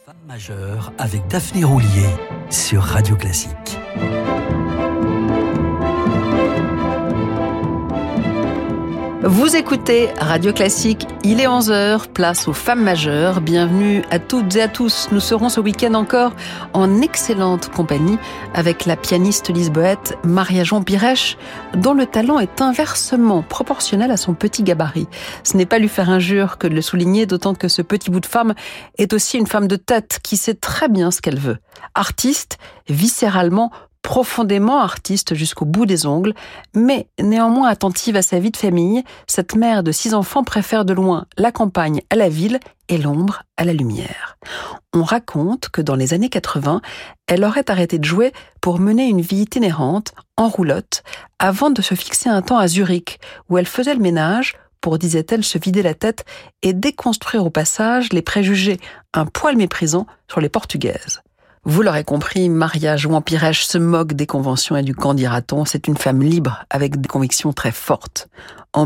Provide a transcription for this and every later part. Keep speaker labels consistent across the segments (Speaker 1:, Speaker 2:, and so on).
Speaker 1: Majeur avec Daphné Roulier sur Radio Classique.
Speaker 2: Vous écoutez Radio Classique, il est 11h, place aux femmes majeures. Bienvenue à toutes et à tous. Nous serons ce week-end encore en excellente compagnie avec la pianiste lisboète Maria-João Pires, dont le talent est inversement proportionnel à son petit gabarit. Ce n'est pas lui faire injure que de le souligner, d'autant que ce petit bout de femme est aussi une femme de tête qui sait très bien ce qu'elle veut. Artiste, viscéralement, profondément artiste jusqu'au bout des ongles, mais néanmoins attentive à sa vie de famille, cette mère de 6 enfants préfère de loin la campagne à la ville et l'ombre à la lumière. On raconte que dans les années 80, elle aurait arrêté de jouer pour mener une vie itinérante, en roulotte, avant de se fixer un temps à Zurich, où elle faisait le ménage pour, disait-elle, se vider la tête et déconstruire au passage les préjugés un poil méprisants sur les Portugaises. Vous l'aurez compris, Maria-João Pires se moque des conventions et du qu'en dira-t-on. C'est une femme libre avec des convictions très fortes. En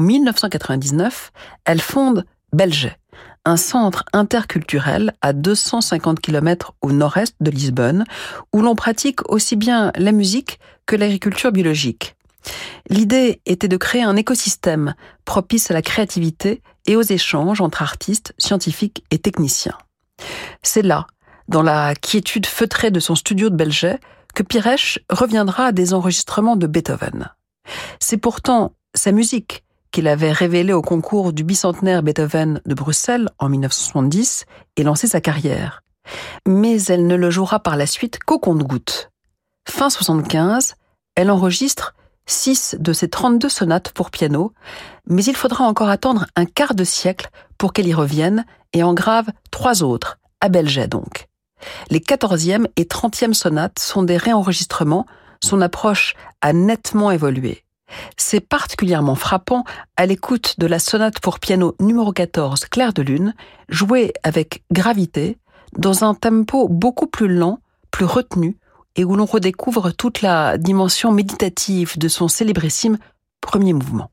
Speaker 2: 1999, elle fonde Belgé, un centre interculturel à 250 km au nord-est de Lisbonne, où l'on pratique aussi bien la musique que l'agriculture biologique. L'idée était de créer un écosystème propice à la créativité et aux échanges entre artistes, scientifiques et techniciens. C'est là, dans la quiétude feutrée de son studio de Belgé, que Pires reviendra à des enregistrements de Beethoven. C'est pourtant sa musique qu'il avait révélée au concours du bicentenaire Beethoven de Bruxelles en 1970 et lancé sa carrière. Mais elle ne le jouera par la suite qu'au compte-gouttes. Fin 75, elle enregistre 6 de ses 32 sonates pour piano, mais il faudra encore attendre un quart de siècle pour qu'elle y revienne et en grave 3 autres, à Belgé donc. Les 14e et 30e sonates sont des réenregistrements, son approche a nettement évolué. C'est particulièrement frappant à l'écoute de la sonate pour piano numéro 14, Clair de Lune, jouée avec gravité, dans un tempo beaucoup plus lent, plus retenu, et où l'on redécouvre toute la dimension méditative de son célébrissime premier mouvement.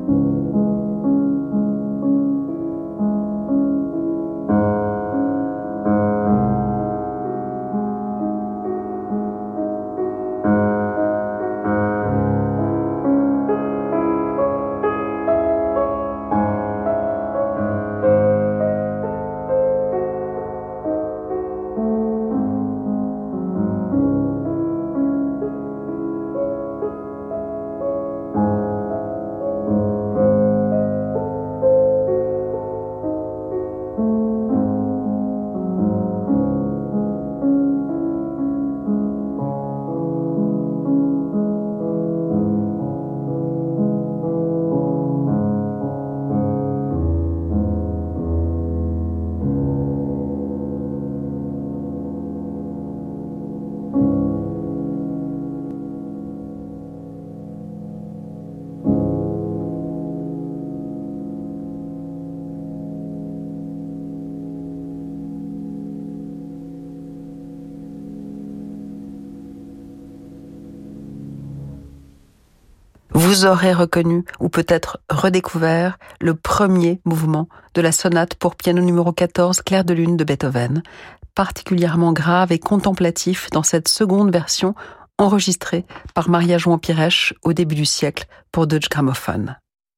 Speaker 2: Vous aurez reconnu, ou peut-être redécouvert, le premier mouvement de la sonate pour piano numéro 14, Clair de lune de Beethoven, particulièrement grave et contemplatif dans cette seconde version enregistrée par Maria João Pires au début du siècle pour Deutsche Grammophon.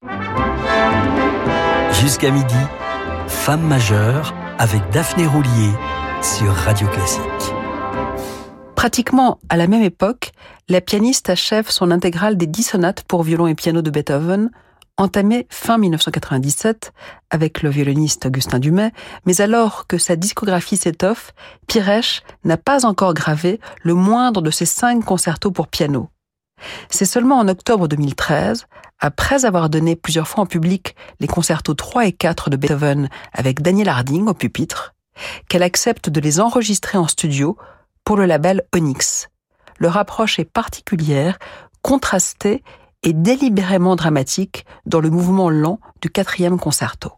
Speaker 1: Jusqu'à midi, Femme majeure avec Daphné Roulier sur Radio Classique.
Speaker 2: Pratiquement à la même époque, la pianiste achève son intégrale des 10 sonates pour violon et piano de Beethoven, entamée fin 1997 avec le violoniste Augustin Dumay, mais alors que sa discographie s'étoffe, Pires n'a pas encore gravé le moindre de ses 5 concertos pour piano. C'est seulement en octobre 2013, après avoir donné plusieurs fois en public les concertos 3 et 4 de Beethoven avec Daniel Harding au pupitre, qu'elle accepte de les enregistrer en studio pour le label Onyx. Leur approche est particulière, contrastée et délibérément dramatique dans le mouvement lent du 4e concerto.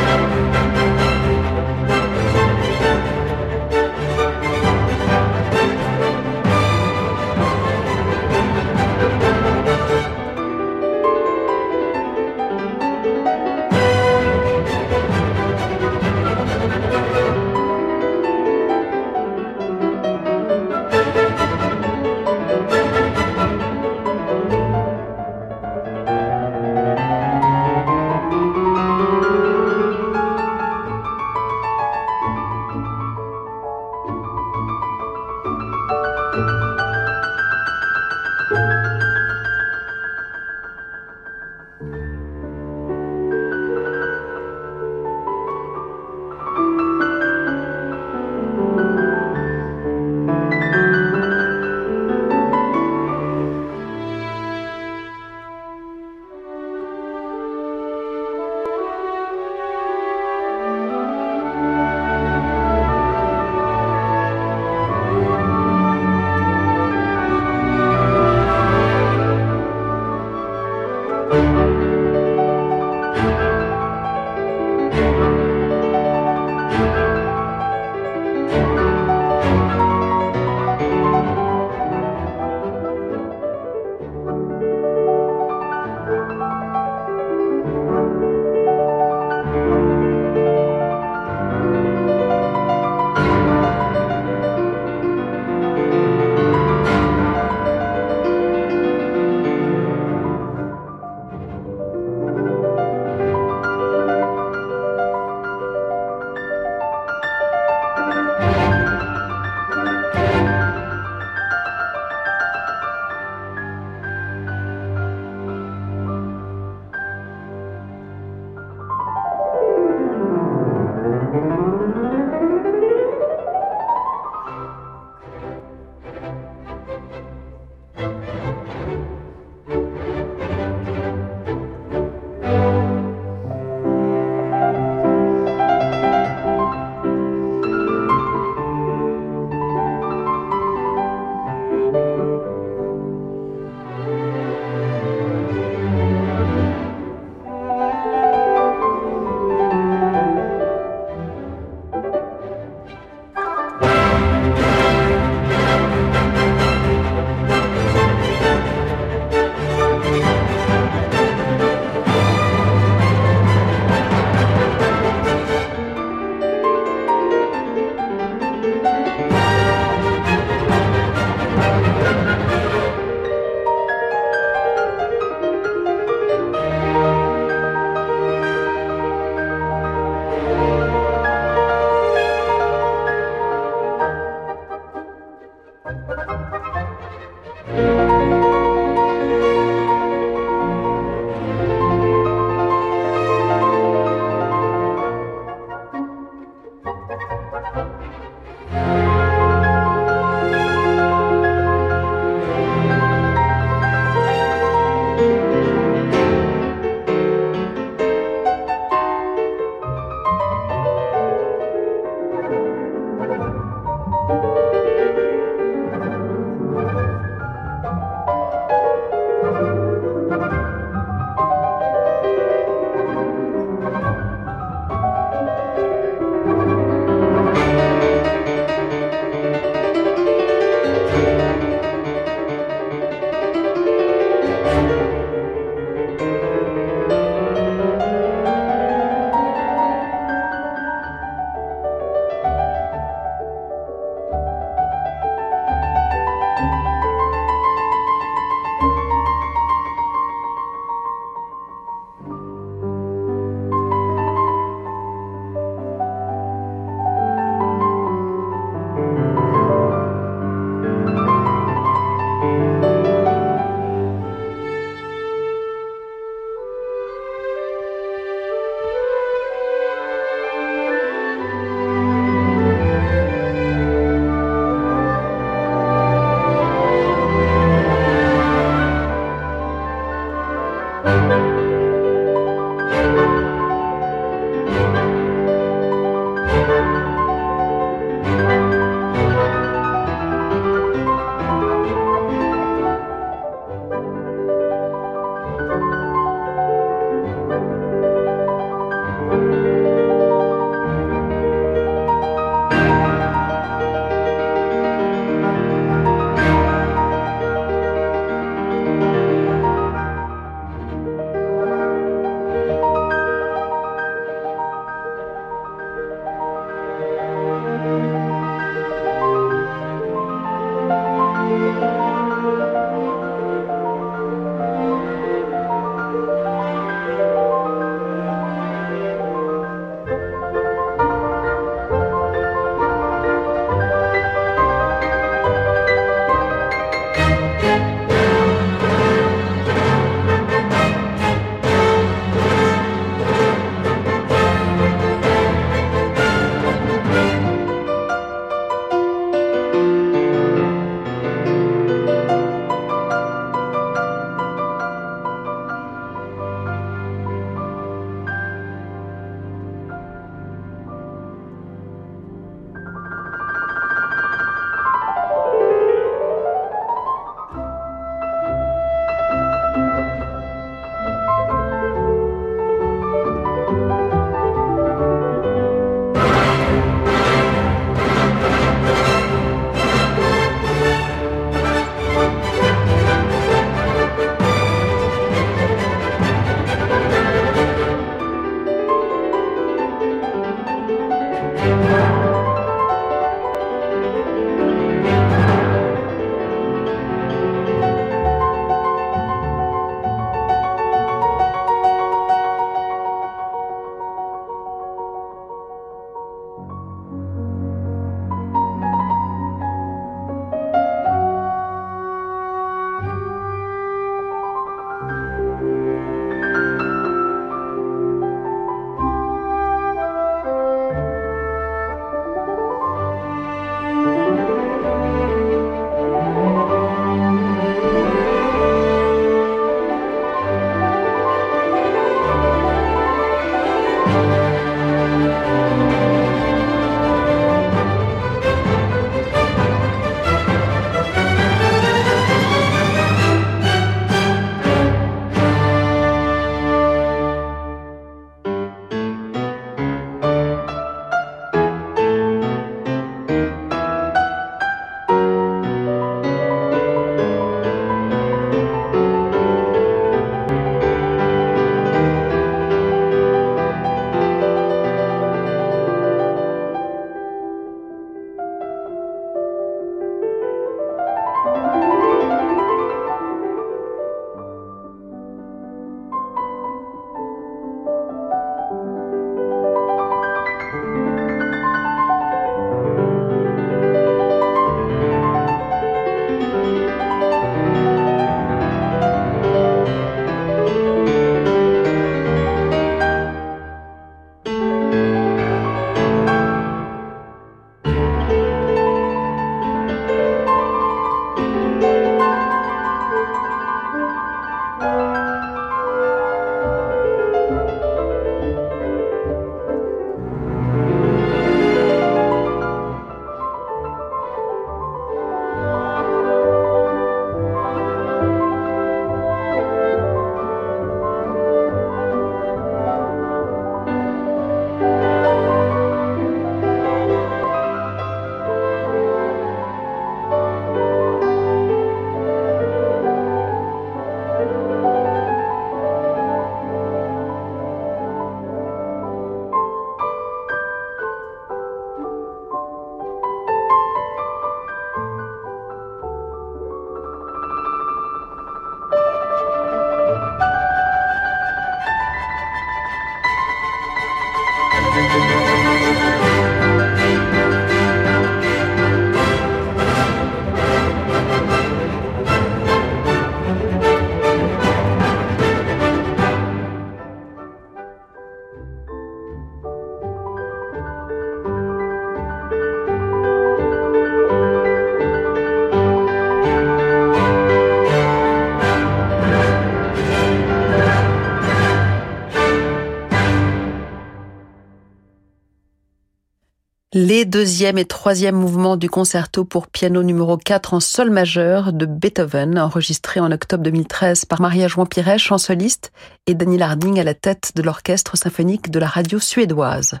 Speaker 2: Les deuxième et troisième mouvements du concerto pour piano numéro 4 en sol majeur de Beethoven, enregistré en octobre 2013 par Maria-João Pires en soliste et Daniel Harding à la tête de l'orchestre symphonique de la radio suédoise.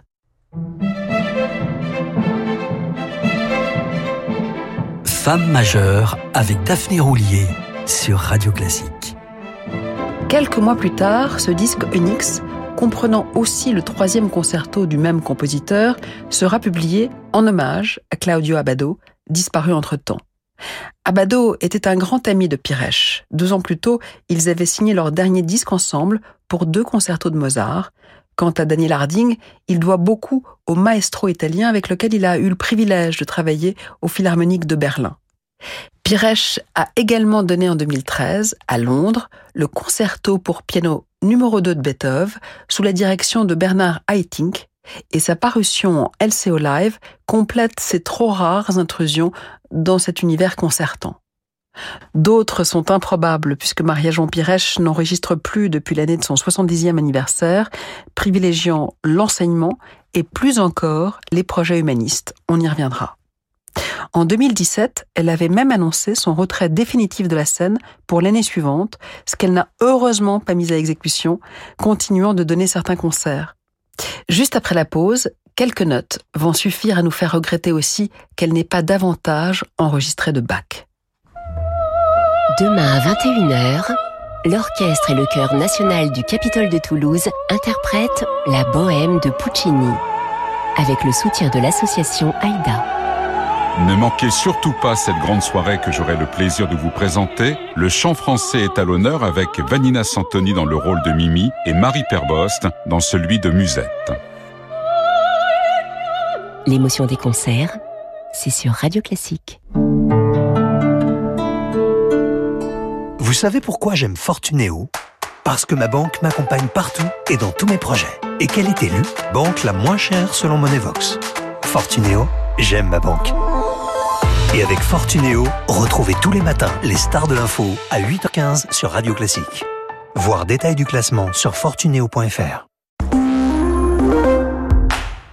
Speaker 1: Femme majeure avec Daphné Roulier sur Radio Classique.
Speaker 2: Quelques mois plus tard, ce disque Onyx, comprenant aussi le troisième concerto du même compositeur, sera publié en hommage à Claudio Abbado, disparu entre-temps. Abbado était un grand ami de Pires. 2 ans plus tôt, ils avaient signé leur dernier disque ensemble pour 2 concertos de Mozart. Quant à Daniel Harding, il doit beaucoup au maestro italien avec lequel il a eu le privilège de travailler au Philharmonique de Berlin. Pires a également donné en 2013, à Londres, le concerto pour piano numéro 2 de Beethoven, sous la direction de Bernard Haitink, et sa parution en LCO Live complète ses trop rares intrusions dans cet univers concertant. D'autres sont improbables puisque Maria-João Pires n'enregistre plus depuis l'année de son 70e anniversaire, privilégiant l'enseignement et plus encore les projets humanistes. On y reviendra. En 2017, elle avait même annoncé son retrait définitif de la scène pour l'année suivante, ce qu'elle n'a heureusement pas mis à exécution, continuant de donner certains concerts. Juste après la pause, quelques notes vont suffire à nous faire regretter aussi qu'elle n'ait pas davantage enregistré de Bach.
Speaker 3: Demain à 21h, l'orchestre et le chœur national du Capitole de Toulouse interprètent la Bohème de Puccini, avec le soutien de l'association Aïda.
Speaker 4: Ne manquez surtout pas cette grande soirée que j'aurai le plaisir de vous présenter. Le chant français est à l'honneur avec Vanina Santoni dans le rôle de Mimi et Marie Perbost dans celui de Musette.
Speaker 3: L'émotion des concerts, c'est sur Radio Classique.
Speaker 5: Vous savez pourquoi j'aime Fortunéo ? Parce que ma banque m'accompagne partout et dans tous mes projets. Et qu'elle est élue banque la moins chère selon Monevox. Fortunéo, j'aime ma banque. Et avec Fortunéo, retrouvez tous les matins les stars de l'info à 8h15 sur Radio Classique. Voir détail du classement sur fortunéo.fr.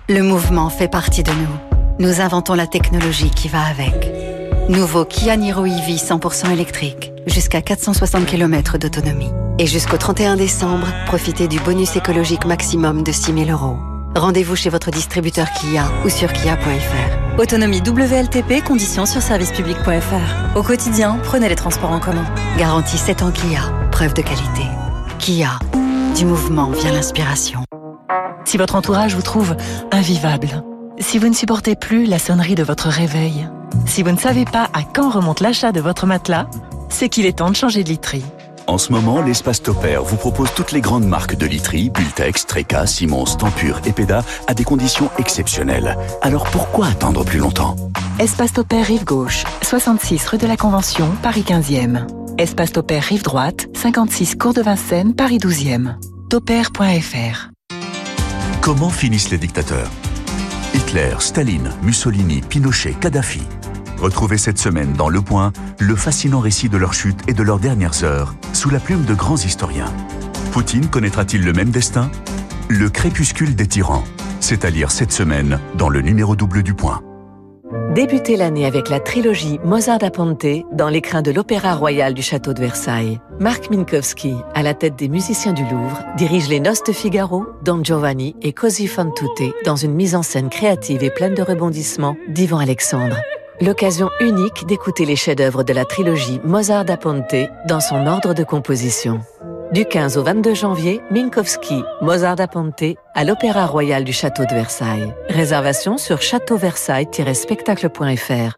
Speaker 6: Le mouvement fait partie de nous. Nous inventons la technologie qui va avec. Nouveau Kia Niro EV 100% électrique. Jusqu'à 460 km d'autonomie. Et jusqu'au 31 décembre, profitez du bonus écologique maximum de 6 000 €. Rendez-vous chez votre distributeur Kia ou sur kia.fr.
Speaker 7: Autonomie WLTP, conditions sur servicepublic.fr. Au quotidien, prenez les transports en commun.
Speaker 6: Garantie 7 ans Kia. Preuve de qualité. Kia. Du mouvement vient l'inspiration.
Speaker 8: Si votre entourage vous trouve invivable, si vous ne supportez plus la sonnerie de votre réveil, si vous ne savez pas à quand remonte l'achat de votre matelas, c'est qu'il est temps de changer de literie.
Speaker 9: En ce moment, l'espace Topair vous propose toutes les grandes marques de literie, Bultex, Treka, Simons, Tempur et Peda à des conditions exceptionnelles. Alors pourquoi attendre plus longtemps ?
Speaker 8: Espace Topair Rive Gauche, 66 rue de la Convention, Paris 15e. Espace Topair Rive Droite, 56 cours de Vincennes, Paris 12e. Topair.fr.
Speaker 9: Comment finissent les dictateurs ? Hitler, Staline, Mussolini, Pinochet, Kadhafi. Retrouvez cette semaine dans Le Point le fascinant récit de leur chute et de leurs dernières heures, sous la plume de grands historiens. Poutine connaîtra-t-il le même destin ? Le crépuscule des tyrans. C'est à lire cette semaine dans le numéro double du Point.
Speaker 10: Débutez l'année avec la trilogie Mozart da Ponte dans l'écrin de l'Opéra Royal du Château de Versailles. Marc Minkowski, à la tête des musiciens du Louvre, dirige les Noces de Figaro, Don Giovanni et Così fan tutte dans une mise en scène créative et pleine de rebondissements d'Ivan Alexandre. L'occasion unique d'écouter les chefs-d'œuvre de la trilogie Mozart da Ponte dans son ordre de composition. Du 15 au 22 janvier, Minkowski, Mozart da Ponte à l'Opéra Royal du Château de Versailles. Réservation sur châteauversailles-spectacle.fr.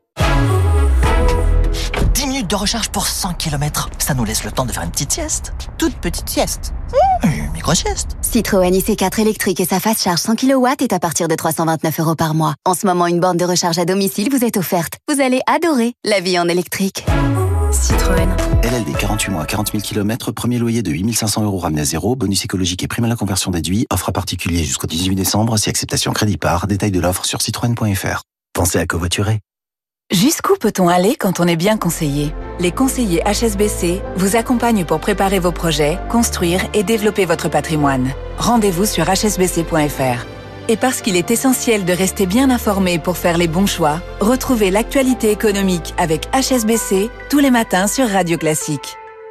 Speaker 11: 10 minutes de recharge pour 100 km. Ça nous laisse le temps de faire une petite sieste. Toute petite sieste. Une micro-sieste.
Speaker 12: Citroën IC4 électrique et sa fast charge 100 kW est à partir de 329 € par mois. En ce moment, une borne de recharge à domicile vous est offerte. Vous allez adorer la vie en électrique.
Speaker 13: Citroën. LLD 48 mois, 40 000 km, premier loyer de 8 500 € ramené à zéro, bonus écologique et prime à la conversion déduit, offre à particulier jusqu'au 18 décembre, si acceptation crédit par, détail de l'offre sur citroën.fr. Pensez à covoiturer.
Speaker 14: Jusqu'où peut-on aller quand on est bien conseillé ? Les conseillers HSBC vous accompagnent pour préparer vos projets, construire et développer votre patrimoine. Rendez-vous sur hsbc.fr. Et parce qu'il est essentiel de rester bien informé pour faire les bons choix, retrouvez l'actualité économique avec HSBC tous les matins sur Radio Classique.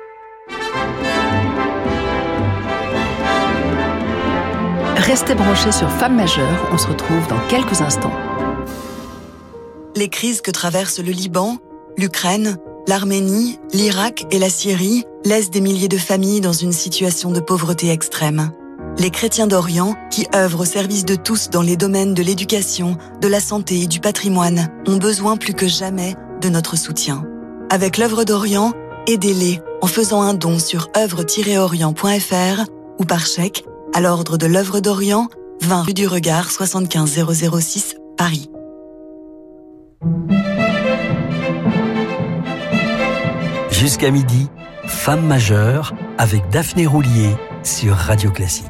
Speaker 2: Restez branchés sur Femmes Majeures, on se retrouve dans quelques instants.
Speaker 15: Les crises que traversent le Liban, l'Ukraine, l'Arménie, l'Irak et la Syrie laissent des milliers de familles dans une situation de pauvreté extrême. Les chrétiens d'Orient, qui œuvrent au service de tous dans les domaines de l'éducation, de la santé et du patrimoine, ont besoin plus que jamais de notre soutien. Avec l'œuvre d'Orient, aidez-les en faisant un don sur œuvre-orient.fr ou par chèque à l'ordre de l'œuvre d'Orient, 20 rue du Regard, 75 006, Paris.
Speaker 1: Jusqu'à midi, Femmes majeures avec Daphné Roulier sur Radio Classique.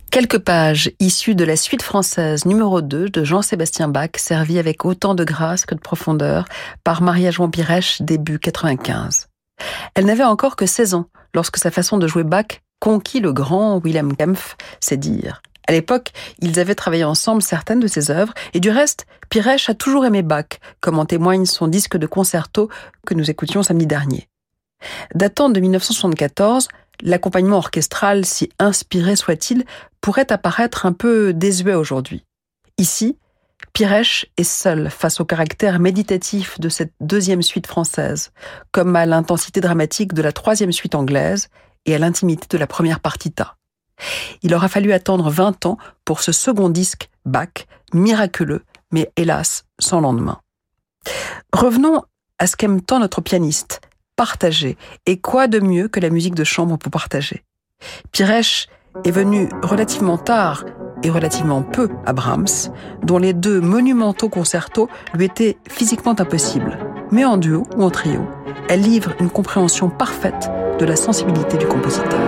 Speaker 2: Quelques pages issues de la suite française numéro 2 de Jean-Sébastien Bach, servie avec autant de grâce que de profondeur par Maria-Joan Pirèche début 95. Elle n'avait encore que 16 ans lorsque sa façon de jouer Bach conquit le grand Wilhelm Kempff, c'est dire. À l'époque, ils avaient travaillé ensemble certaines de ses œuvres, et du reste, Pirèche a toujours aimé Bach, comme en témoigne son disque de concerto que nous écoutions samedi dernier. Datant de 1974, l'accompagnement orchestral, si inspiré soit-il, pourrait apparaître un peu désuet aujourd'hui. Ici, Pirèche est seul face au caractère méditatif de cette deuxième suite française, comme à l'intensité dramatique de la troisième suite anglaise et à l'intimité de la première partita. Il aura fallu attendre 20 ans pour ce second disque, Bach, miraculeux, mais hélas, sans lendemain. Revenons à ce qu'aime tant notre pianiste, partager. Et quoi de mieux que la musique de chambre pour partager? Pirèche est venu relativement tard et relativement peu à Brahms, dont les 2 monumentaux concertos lui étaient physiquement impossibles. Mais en duo ou en trio, elle livre une compréhension parfaite de la sensibilité du compositeur.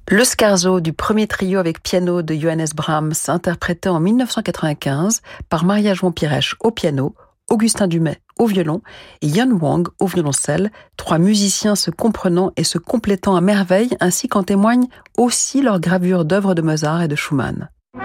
Speaker 2: Le scherzo du premier trio avec piano de Johannes Brahms, interprété en 1995 par Maria-João Pires au piano, Augustin Dumay au violon et Yan Wang au violoncelle, 3 musiciens se comprenant et se complétant à merveille, ainsi qu'en témoignent aussi leurs gravures d'œuvres de Mozart et de Schumann.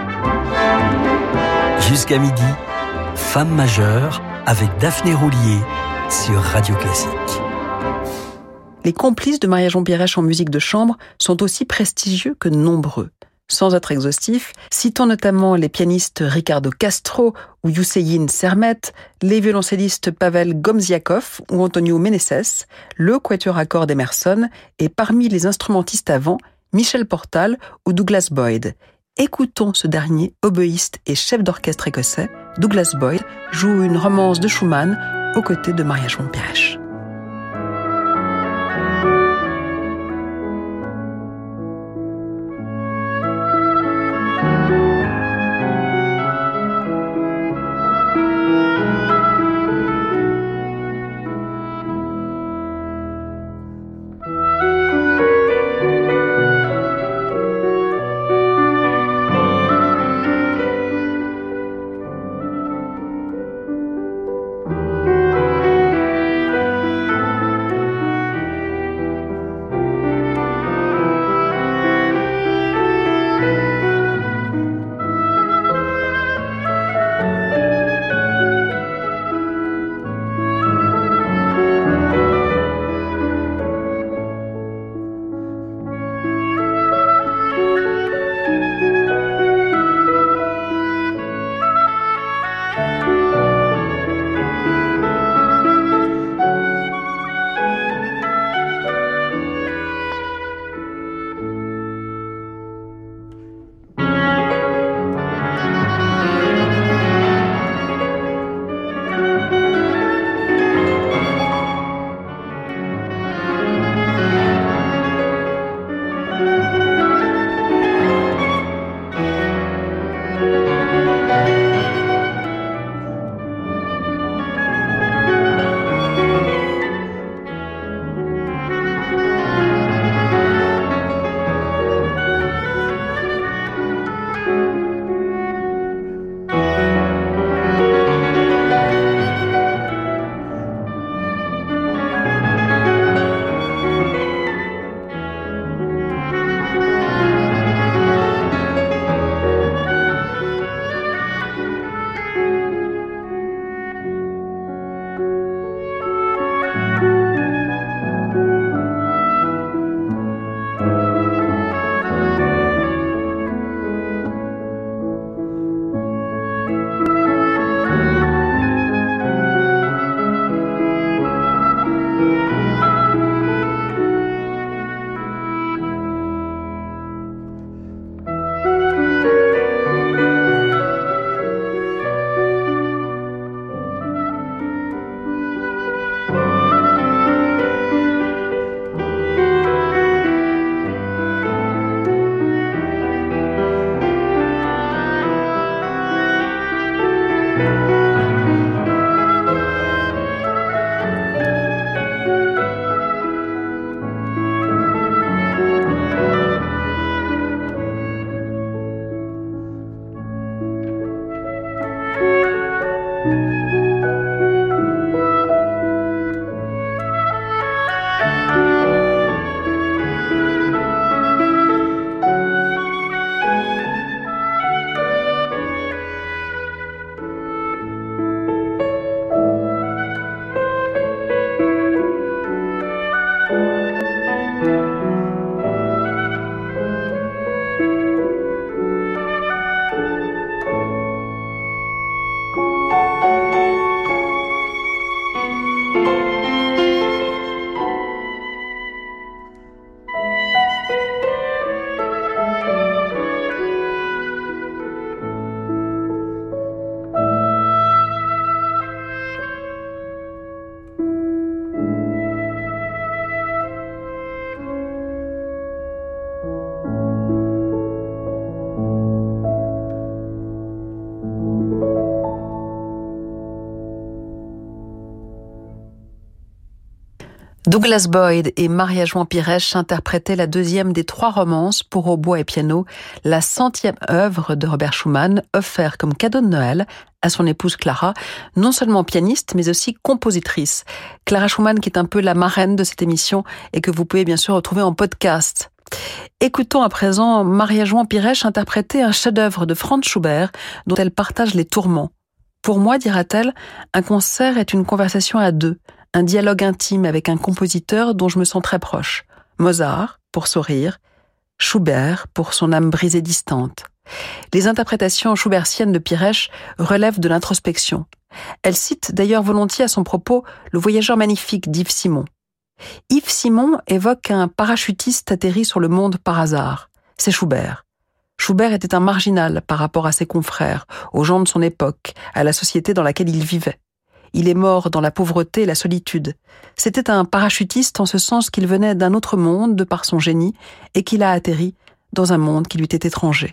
Speaker 1: Jusqu'à midi, Femme majeure avec Daphné Roulier sur Radio Classique.
Speaker 2: Les complices de Maria-João Pires en musique de chambre sont aussi prestigieux que nombreux. Sans être exhaustif, citons notamment les pianistes Ricardo Castro ou Hüseyin Sermet, les violoncellistes Pavel Gomziakov ou Antonio Meneses, le quatuor à cordes Emerson et parmi les instrumentistes avant, Michel Portal ou Douglas Boyd. Écoutons ce dernier, oboïste et chef d'orchestre écossais. Douglas Boyd joue une romance de Schumann aux côtés de Maria-João Pires. Douglas Boyd et Maria-Joan Pires interprétaient la deuxième des 3 romances pour hautbois et piano, la 100e œuvre de Robert Schumann, offerte comme cadeau de Noël à son épouse Clara, non seulement pianiste, mais aussi compositrice. Clara Schumann qui est un peu la marraine de cette émission et que vous pouvez bien sûr retrouver en podcast. Écoutons à présent Maria-Joan Pires interpréter un chef-d'œuvre de Franz Schubert dont elle partage les tourments. Pour moi, dira-t-elle, un concert est une conversation à 2, un dialogue intime avec un compositeur dont je me sens très proche. Mozart, pour sourire, Schubert, pour son âme brisée distante. Les interprétations schubertiennes de Pires relèvent de l'introspection. Elle cite d'ailleurs volontiers à son propos Le Voyageur magnifique d'Yves Simon. Yves Simon évoque un parachutiste atterri sur le monde par hasard. C'est Schubert. Schubert était un marginal par rapport à ses confrères, aux gens de son époque, à la société dans laquelle il vivait. Il est mort dans la pauvreté et la solitude. C'était un parachutiste en ce sens qu'il venait d'un autre monde de par son génie et qu'il a atterri dans un monde qui lui était étranger.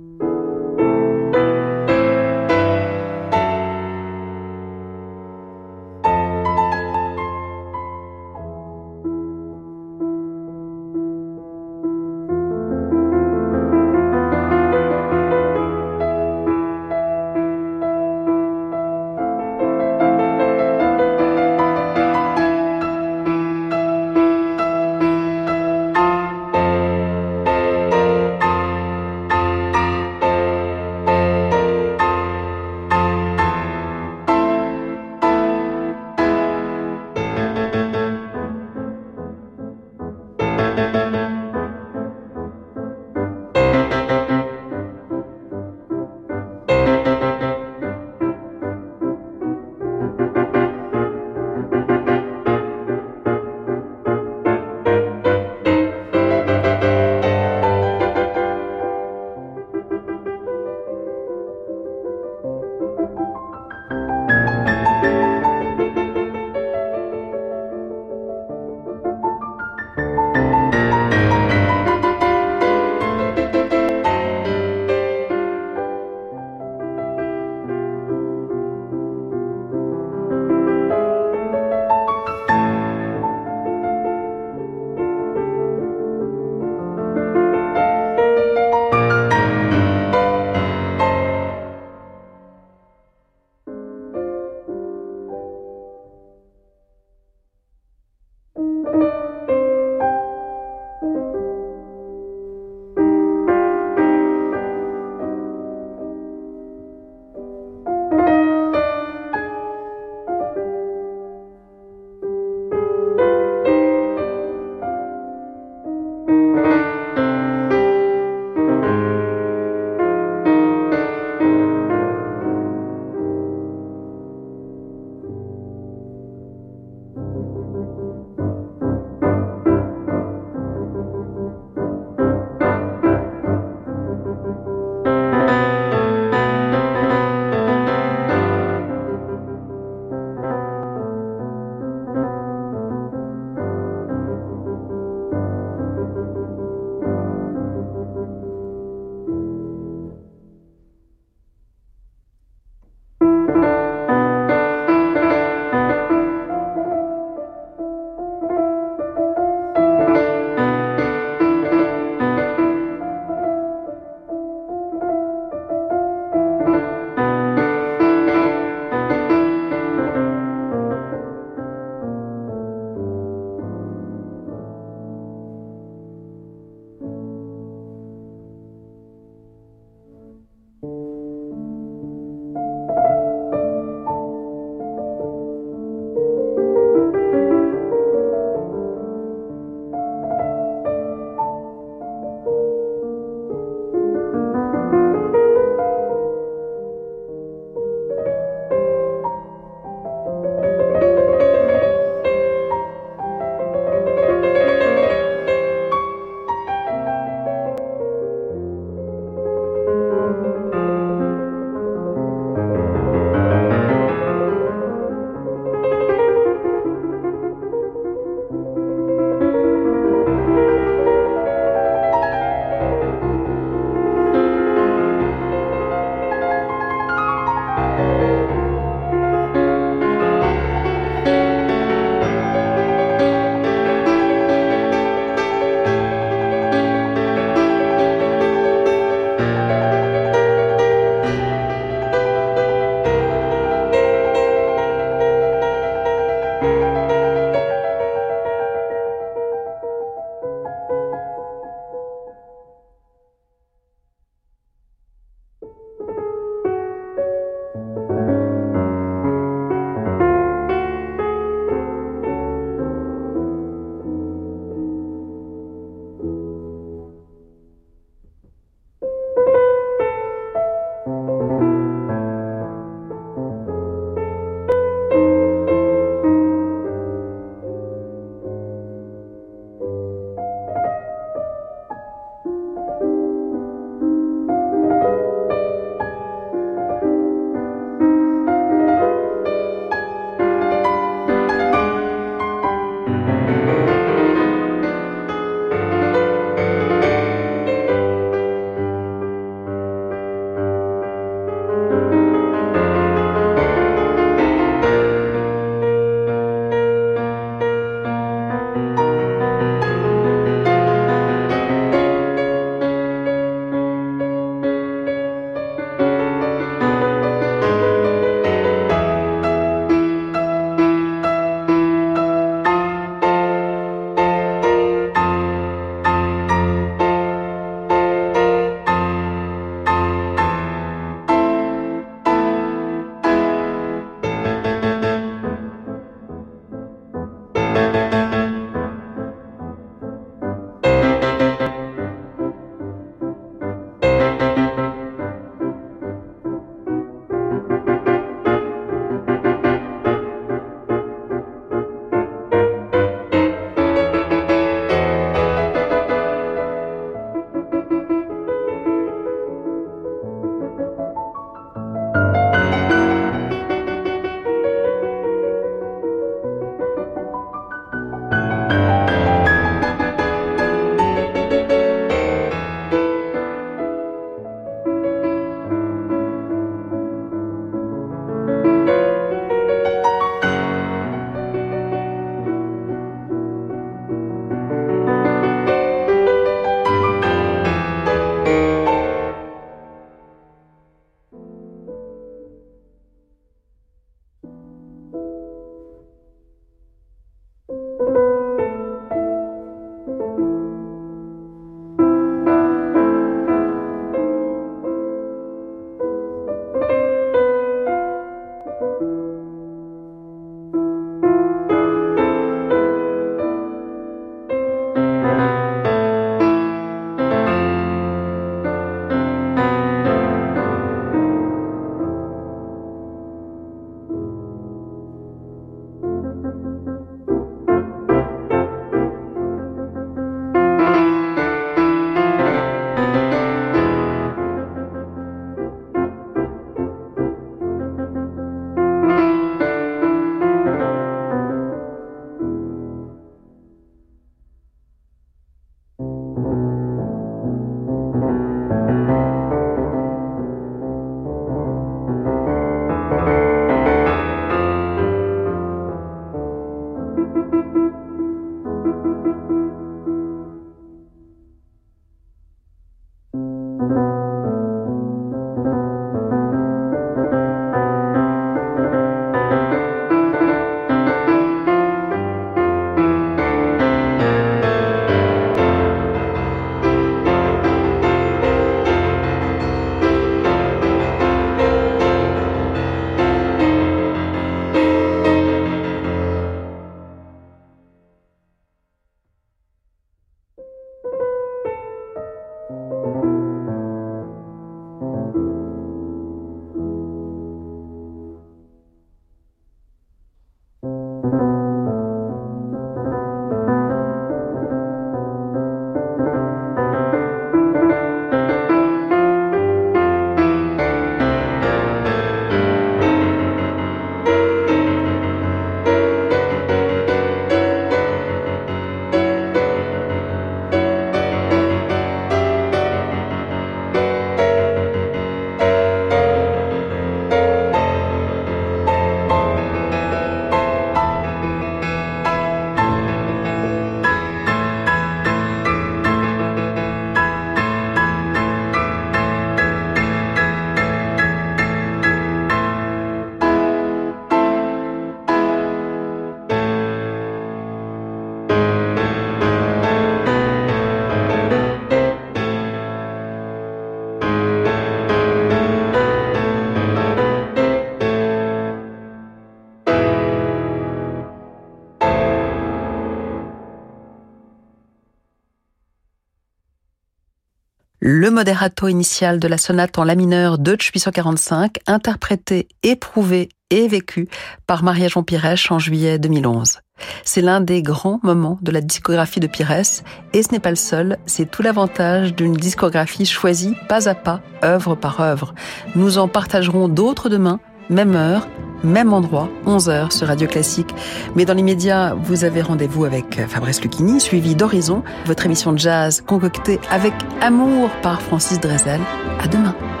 Speaker 2: Le moderato initial de la sonate en la mineur Deutsch 845, interprété, éprouvé et vécu par Maria-Jean Pires en juillet 2011. C'est l'un des grands moments de la discographie de Pires, et ce n'est pas le seul, c'est tout l'avantage d'une discographie choisie pas à pas, œuvre par œuvre. Nous en partagerons d'autres demain, même heure, même endroit, 11h sur Radio Classique. Mais dans l'immédiat, vous avez rendez-vous avec Fabrice Lucchini, suivi d'Horizon, votre émission de jazz concoctée avec amour par Francis Drezel. À demain.